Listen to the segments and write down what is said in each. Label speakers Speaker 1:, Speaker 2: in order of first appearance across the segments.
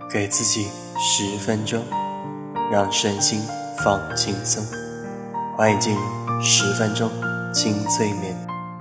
Speaker 1: 给自己10分钟，让身心放轻松。欢迎进入10分钟轻催眠。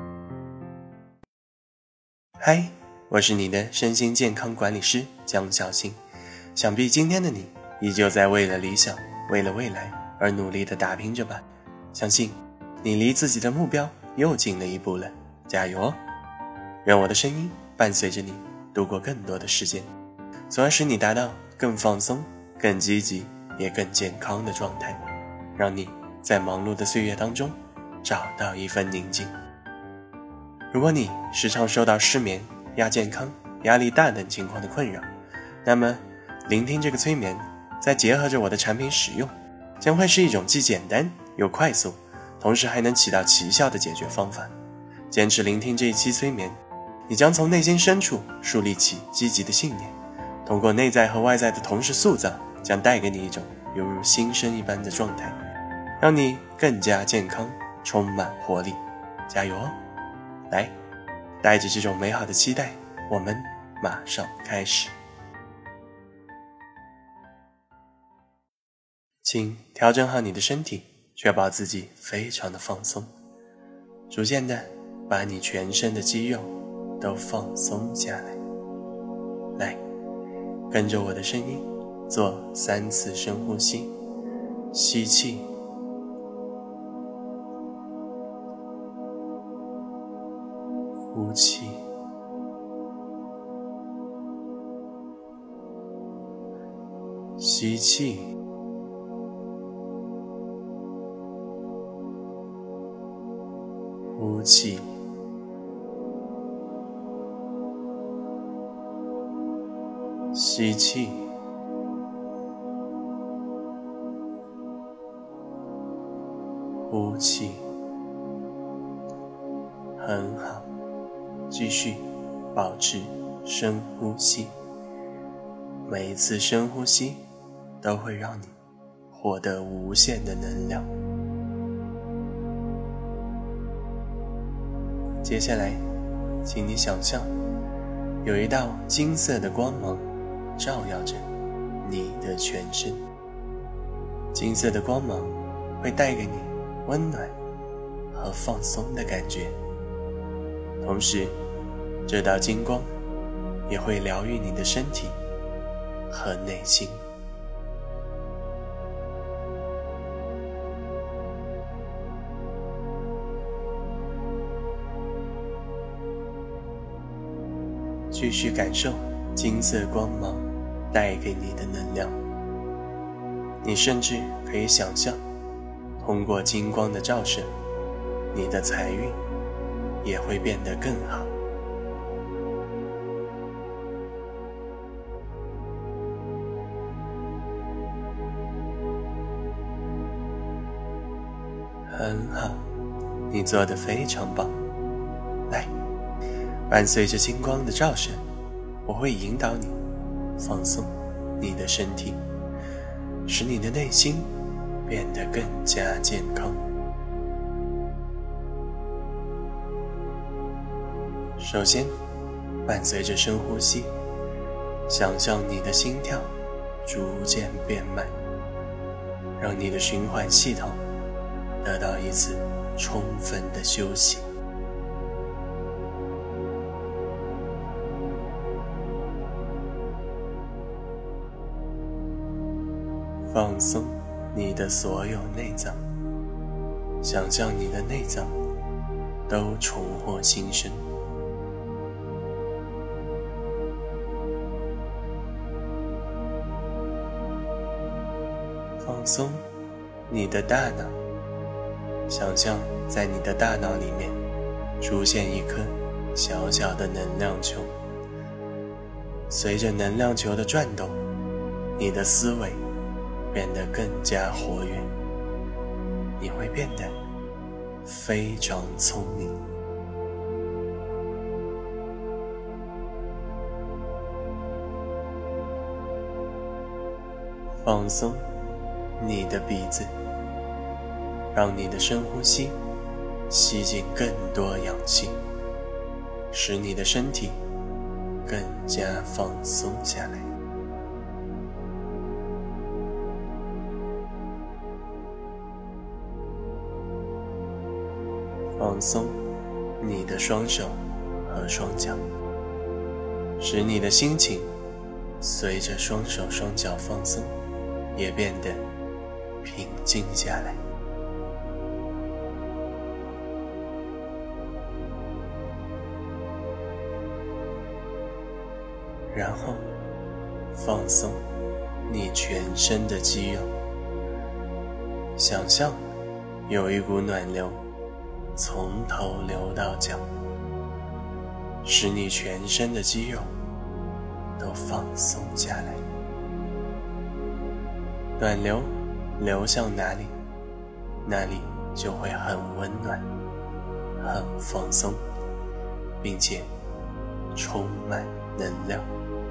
Speaker 1: 嗨，我是你的身心健康管理师江小新。想必今天的你依旧在为了理想，为了未来而努力地打拼着吧。相信你离自己的目标又近了一步了，加油哦！让我的声音伴随着你度过更多的时间，从而使你达到更放松、更积极也更健康的状态，让你在忙碌的岁月当中找到一份宁静。如果你时常受到失眠、亚健康、压力大等情况的困扰，那么聆听这个催眠，再结合着我的产品使用，将会是一种既简单又快速，同时还能起到奇效的解决方法。坚持聆听这一期催眠，你将从内心深处树立起积极的信念，通过内在和外在的同时塑造，将带给你一种犹如新生一般的状态，让你更加健康，充满活力。加油哦！来，带着这种美好的期待，我们马上开始。请调整好你的身体，确保自己非常的放松，逐渐的把你全身的肌肉都放松下来。来，跟着我的声音做3次深呼吸，吸气，呼气，吸气，呼气，吸气，呼气，很好，继续保持深呼吸。每一次深呼吸都会让你获得无限的能量。接下来，请你想象有一道金色的光芒照耀着你的全身。金色的光芒会带给你温暖和放松的感觉，同时这道金光也会疗愈你的身体和内心。继续感受金色光芒带给你的能量，你甚至可以想象，通过金光的照射，你的财运也会变得更好。很好，你做得非常棒。来，伴随着金光的照射，我会引导你放松你的身体，使你的内心变得更加健康。首先，伴随着深呼吸，想象你的心跳逐渐变慢，让你的循环系统得到一次充分的休息。放松你的所有内脏，想象你的内脏都重获新生。放松你的大脑，想象在你的大脑里面出现一颗小小的能量球，随着能量球的转动，你的思维变得更加活跃，你会变得非常聪明。放松你的鼻子，让你的深呼吸吸进更多氧气，使你的身体更加放松下来。 放松你的双手和双脚，使你的心情随着双手双脚放松也变得平静下来。然后放松你全身的肌肉，想象有一股暖流从头流到脚，使你全身的肌肉都放松下来。暖流流向哪里，那里就会很温暖，很放松，并且充满能量。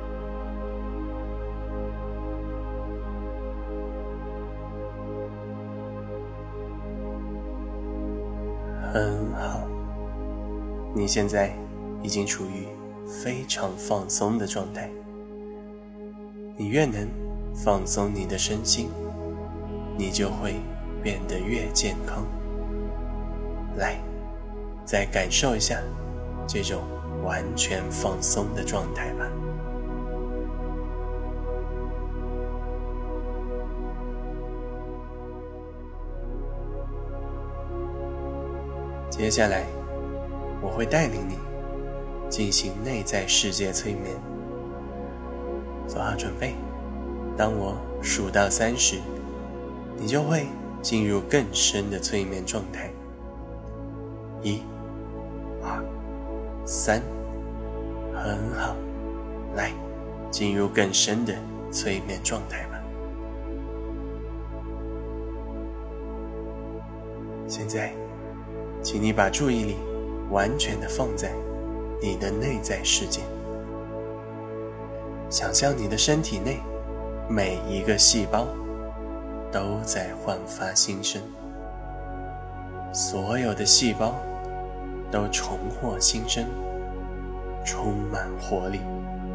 Speaker 1: 很好，你现在已经处于非常放松的状态。你越能放松你的身心，你就会变得越健康。来，再感受一下这种完全放松的状态吧。接下来，我会带领你进行内在世界催眠。做好准备，当我数到3时，你就会进入更深的催眠状态。1、2、3，很好，来，进入更深的催眠状态吧。现在请你把注意力完全地放在你的内在世界，想象你的身体内每一个细胞都在焕发新生，所有的细胞都重获新生，充满活力。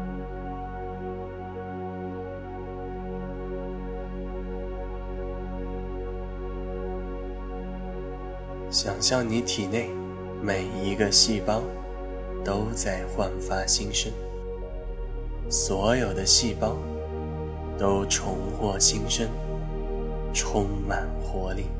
Speaker 1: 想象你体内每一个细胞都在焕发新生，所有的细胞都重获新生，充满活力。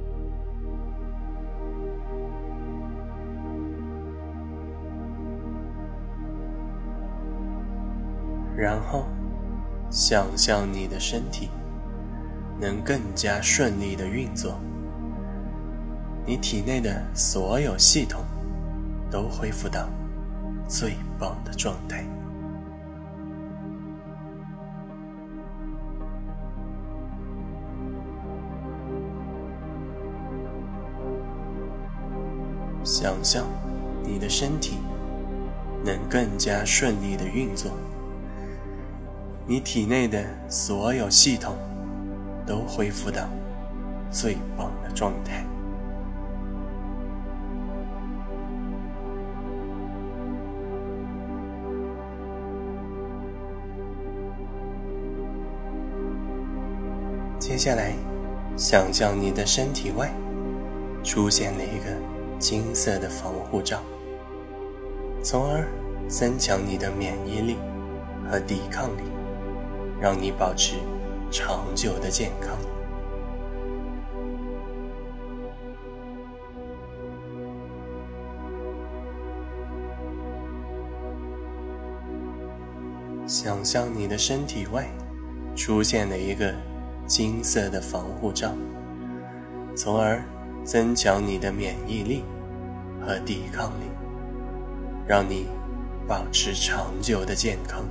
Speaker 1: 然后想象你的身体能更加顺利地运作，你体内的所有系统都恢复到最棒的状态。想象你的身体能更加顺利地运作，你体内的所有系统都恢复到最棒的状态。接下来，想象你的身体外出现了一个金色的防护罩，从而增强你的免疫力和抵抗力，让你保持长久的健康。想象你的身体外出现了一个金色的防护罩，从而增强你的免疫力和抵抗力，让你保持长久的健康。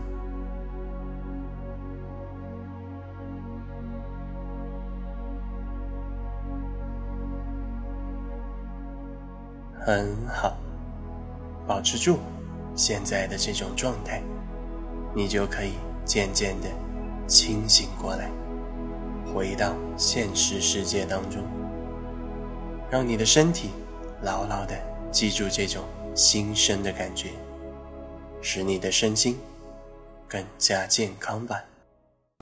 Speaker 1: 很好，保持住现在的这种状态，你就可以渐渐地清醒过来，回到现实世界当中，让你的身体牢牢地记住这种新生的感觉，使你的身心更加健康吧。